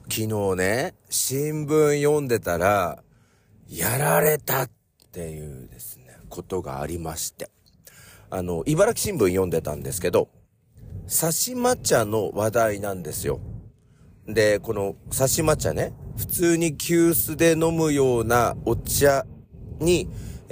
昨日ね、新聞読んでたら、やられたっていうですね、ことがありまして。茨城新聞読んでたんですけど、さしま茶の話題なんですよ。で、このさしま茶ね、普通に急須で飲むようなお茶に、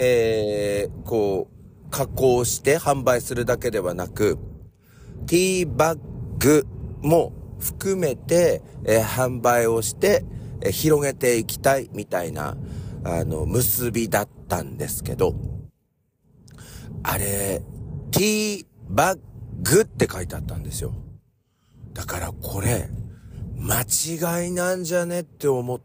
加工して販売するだけではなく、ティーバッグも含めて、販売をして、広げていきたいみたいな、結びだったんですけど、あれ、ティーバッグって書いてあったんですよ。だからこれ、間違いなんじゃねって思って、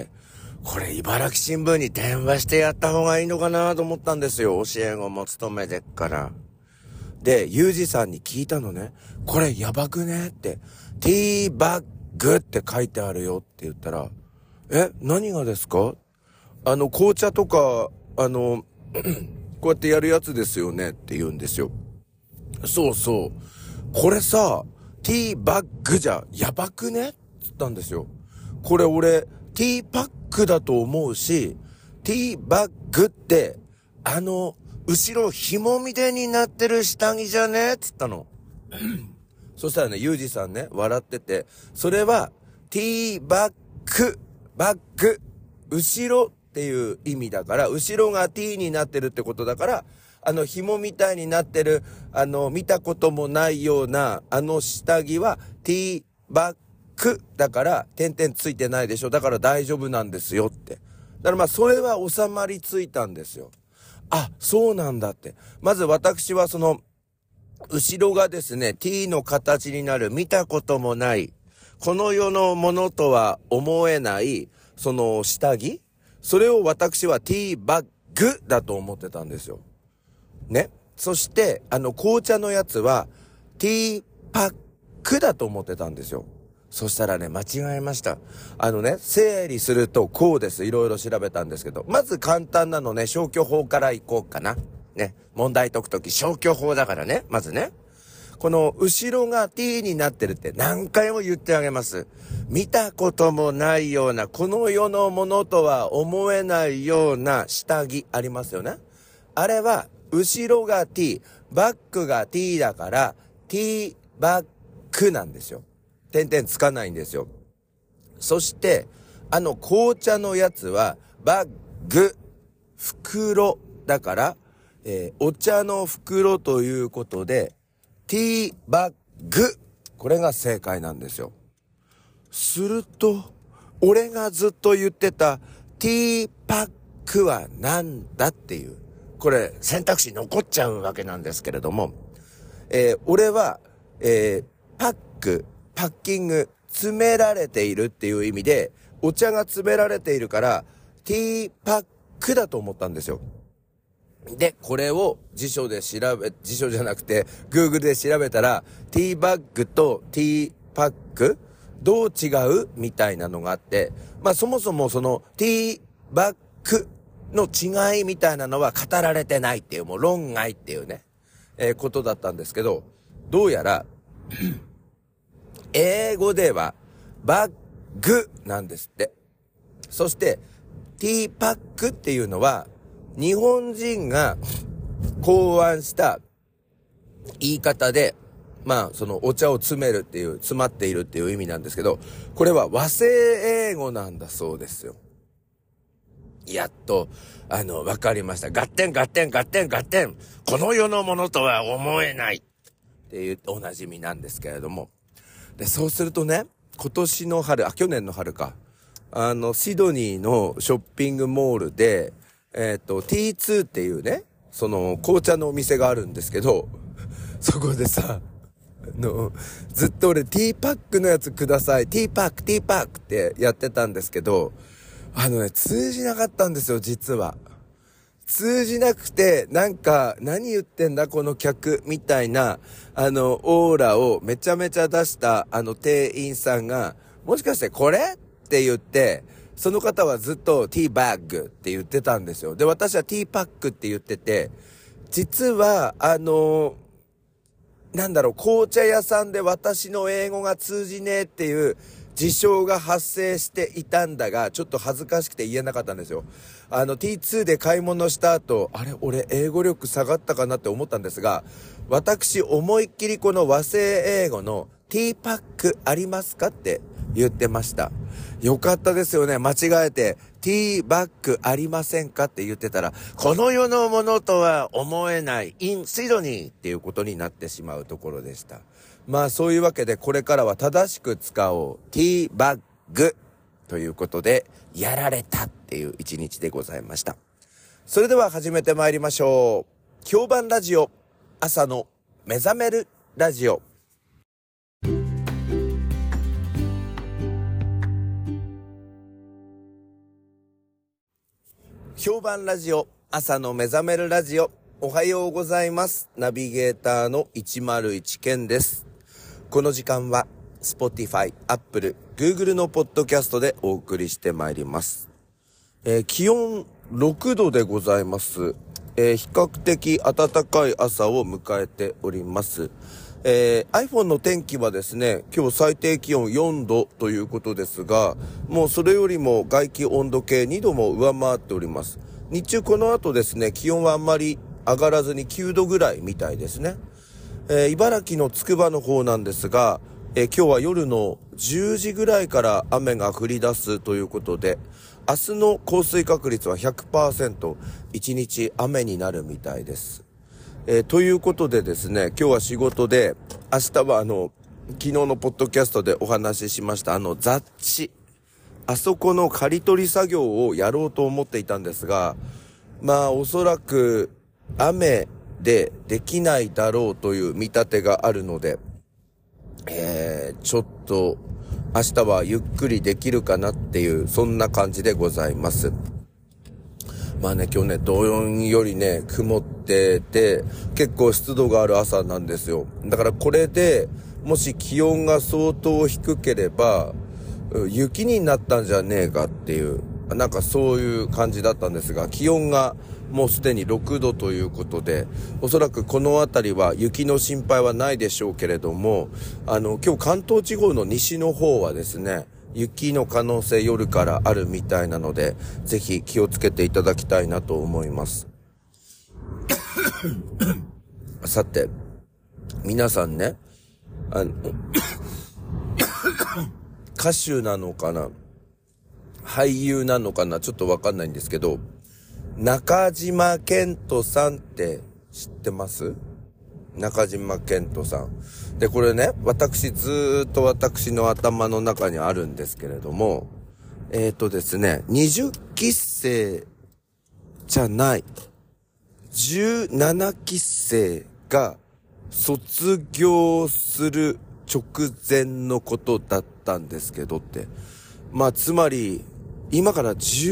これ茨城新聞に電話してやった方がいいのかなと思ったんですよ。教え子も勤めてっから。で、ゆうじさんに聞いたのね。これやばくねって。ティーバッグって書いてあるよって言ったら、何がですか？紅茶とか、こうやってやるやつですよねって言うんですよ。そうそう。これさ、ティーバッグじゃやばくねって言ったんですよ。これ俺、ティーパックだと思うし、ティーバッグって、後ろ紐みたいになってる下着じゃねっつったの。そしたらね、ゆうじさんね、笑ってて、それは、ティーバッグ、後ろっていう意味だから、後ろが T になってるってことだから、紐みたいになってる、見たこともないような、下着は、ティーバッグだから、点々ついてないでしょ。だから大丈夫なんですよって。だからまあ、それは収まりついたんですよ。あ、そうなんだって。まず私はその、後ろがですね、T の形になる見たこともない、この世のものとは思えない、その下着、それを私は T バッグだと思ってたんですよ。ね。そして、紅茶のやつは T パックだと思ってたんですよ。そしたらね、間違えました。整理するとこうです。いろいろ調べたんですけど、まず簡単なのね、消去法からいこうかな。ね。問題解くとき消去法だからね。まずね。この後ろが T になってるって何回も言ってあげます。見たこともないような、この世のものとは思えないような下着ありますよね。あれは、後ろが T、バックが T だから、T バックなんですよ。点々つかないんですよ。そして、紅茶のやつは、バッグ、袋だから、お茶の袋ということで、ティーバッグ。これが正解なんですよ。すると、俺がずっと言ってたティーパックはなんだっていう、これ選択肢残っちゃうわけなんですけれども、俺は、パッキング、詰められているっていう意味で、お茶が詰められているから、ティーパックだと思ったんですよ。で、これを辞書じゃなくて、Google で調べたら、ティーバッグとティーパック、どう違うみたいなのがあって、まあそもそもその、ティーバッグの違いみたいなのは語られてないっていう、もう論外っていうね、ことだったんですけど、どうやら、英語では、バッグなんですって。そして、ティーパックっていうのは、日本人が考案した言い方で、まあ、そのお茶を詰めるっていう、詰まっているっていう意味なんですけど、これは和製英語なんだそうですよ。やっと、わかりました。ガッテン。この世のものとは思えないっていうおなじみなんですけれども。で、そうするとね、去年の春か。シドニーのショッピングモールで、T2 っていうね、その紅茶のお店があるんですけど、そこでさ、ずっと俺ティーパックのやつください。ティーパックってやってたんですけど、通じなかったんですよ、実は。通じなくて、なんか、何言ってんだこの客、みたいな、オーラをめちゃめちゃ出した、店員さんが、もしかしてこれって言って、その方はずっとティーバッグって言ってたんですよ。で、私はティーパックって言ってて、実は、紅茶屋さんで私の英語が通じねえっていう、 事象が発生していたんだが、ちょっと恥ずかしくて言えなかったんですよ。T2 で買い物した後、あれ、俺英語力下がったかなって思ったんですが、私思いっきりこの和製英語のティーパックありますかって言ってました。よかったですよね。間違えてティーバッグありませんかって言ってたら、この世のものとは思えないインシドニーっていうことになってしまうところでした。まあそういうわけでこれからは正しく使おうティーバッグということでやられたっていう一日でございました。それでは始めてまいりましょう。評判ラジオ朝の目覚めるラジオ。評判ラジオ朝の目覚めるラジオ。おはようございます。ナビゲーターの101健です。この時間は Spotify、Apple、Google のポッドキャストでお送りしてまいります。気温6度でございます。比較的暖かい朝を迎えております。iPhone の天気はですね、今日最低気温4度ということですが、もうそれよりも外気温度計2度も上回っております。日中この後ですね、気温はあんまり上がらずに9度ぐらいみたいですね。茨城のつくばの方なんですが、今日は夜の10時ぐらいから雨が降り出すということで、明日の降水確率は 100%、1日雨になるみたいです。ということでですね、今日は仕事で、明日は昨日のポッドキャストでお話ししました雑誌、あそこの刈り取り作業をやろうと思っていたんですが、まあおそらく雨でできないだろうという見立てがあるので、ちょっと明日はゆっくりできるかなっていう、そんな感じでございます。まあね、今日ね、どんよりね、曇ってて、結構湿度がある朝なんですよ。だからこれで、もし気温が相当低ければ、雪になったんじゃねえかっていう、なんかそういう感じだったんですが、気温がもうすでに6度ということで、おそらくこの辺りは雪の心配はないでしょうけれども、今日関東地方の西の方はですね、雪の可能性夜からあるみたいなので、ぜひ気をつけていただきたいなと思います。さて、皆さんね、歌手なのかな、俳優なのかな、ちょっとわかんないんですけど、中島健人さんって知ってます？中島健人さん。で、これね、私私の頭の中にあるんですけれども、ですね、20期生じゃない、17期生が卒業する直前のことだったんですけどって。まあ、つまり、今から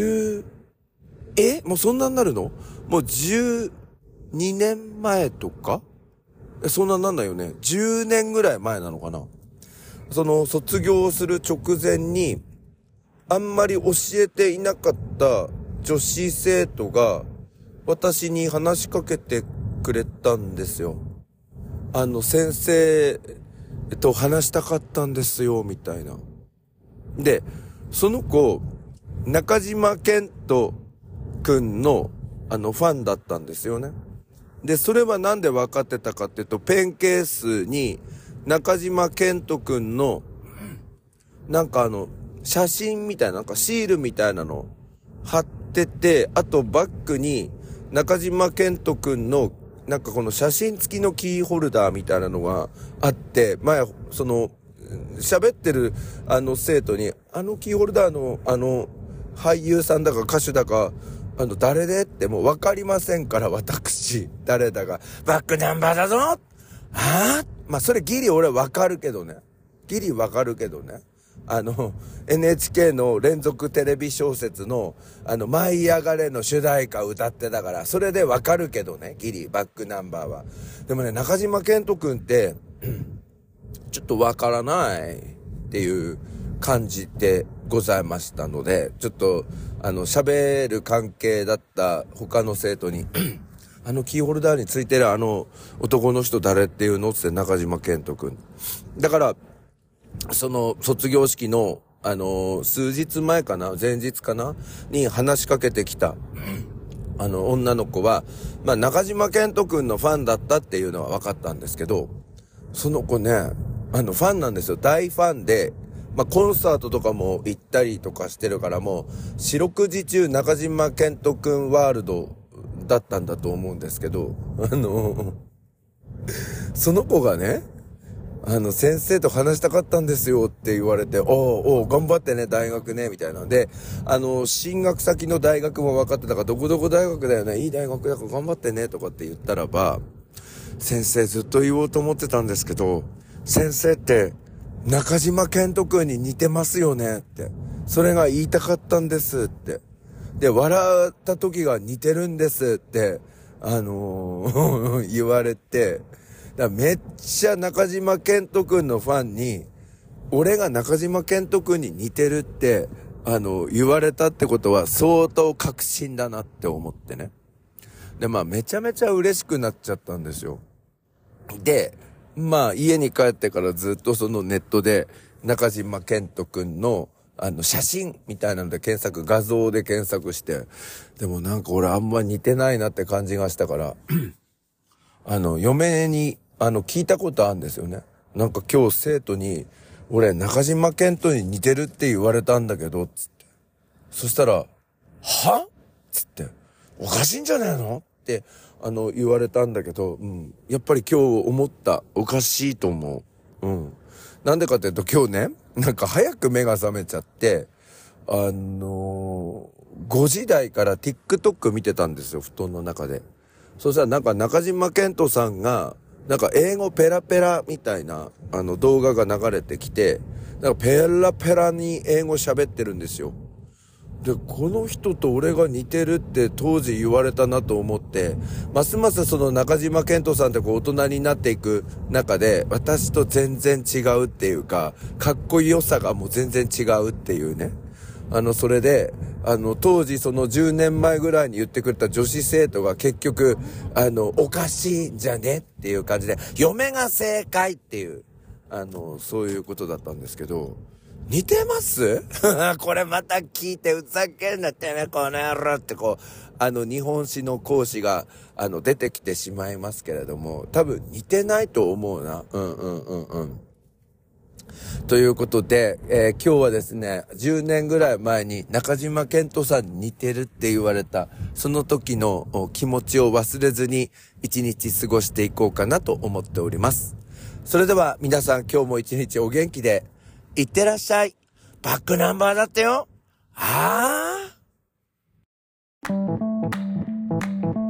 もうそんなになるの？もう12年前とか？そんなになんないよね。10年ぐらい前なのかな。その卒業する直前に、あんまり教えていなかった女子生徒が、私に話しかけてくれたんですよ。先生と話したかったんですよ、みたいな。で、その子、中島健人くんの、ファンだったんですよね。で、それはなんで分かってたかっていうと、ペンケースに中島健人くんの、なんか写真みたいな、なんかシールみたいなの貼ってて、あとバッグに中島健人くんの、なんかこの写真付きのキーホルダーみたいなのがあって、前、喋ってる生徒に、キーホルダーの俳優さんだか歌手だか、誰でってもう分かりませんから、私、誰だか、バックナンバーだぞまあ、それギリ俺分かるけどね。NHK の連続テレビ小説の、舞い上がれの主題歌歌ってたから、それで分かるけどね、ギリ、バックナンバーは。でもね、中島健人くんって、ちょっと分からないっていう感じでございましたので、ちょっと、喋る関係だった他の生徒に、キーホルダーについてる男の人誰っていうのって中島健人くん。だから、その卒業式の数日前かな、前日かなに話しかけてきた、女の子は、中島健人くんのファンだったっていうのは分かったんですけど、その子ね、ファンなんですよ。大ファンで、コンサートとかも行ったりとかしてるから、もう、四六時中中島健人くんワールドだったんだと思うんですけど、その子がね、先生と話したかったんですよって言われて、おう頑張ってね、大学ね、みたいなので、進学先の大学も分かってたから、どこどこ大学だよね、いい大学だから頑張ってね、とかって言ったらば、先生ずっと言おうと思ってたんですけど、先生って中島健人くんに似てますよねって。それが言いたかったんですって。で、笑った時が似てるんですって、言われて、だからめっちゃ中島健人くんのファンに、俺が中島健人くんに似てるって、言われたってことは相当確信だなって思ってね。で、めちゃめちゃ嬉しくなっちゃったんですよ。で、家に帰ってからずっとそのネットで中島健人くんの写真みたいなので画像で検索して、でもなんか俺あんま似てないなって感じがしたから、嫁に聞いたことあるんですよね。なんか今日生徒に、俺中島健人に似てるって言われたんだけど、つって。そしたら、は？つって、おかしいんじゃないの？って、言われたんだけど、やっぱり今日思った。おかしいと思う。なんでかっていうと今日ね、なんか早く目が覚めちゃって、5時台から TikTok 見てたんですよ、布団の中で。そしたらなんか中島健人さんが、なんか英語ペラペラみたいな、動画が流れてきて、なんかペラペラに英語喋ってるんですよ。で、この人と俺が似てるって当時言われたなと思って、ますますその中島健人さんって大人になっていく中で、私と全然違うっていうか、かっこよさがもう全然違うっていうね。それで、当時その10年前ぐらいに言ってくれた女子生徒が結局、おかしいんじゃねっていう感じで、嫁が正解っていう、そういうことだったんですけど、似てますこれまた聞いてふざけんなってね、この野郎って日本史の講師が、出てきてしまいますけれども、多分似てないと思うな。ということで、今日はですね、10年ぐらい前に中島健人さんに似てるって言われた、その時の気持ちを忘れずに一日過ごしていこうかなと思っております。それでは皆さん今日も一日お元気で、いってらっしゃい。バックナンバーだってよ。あー。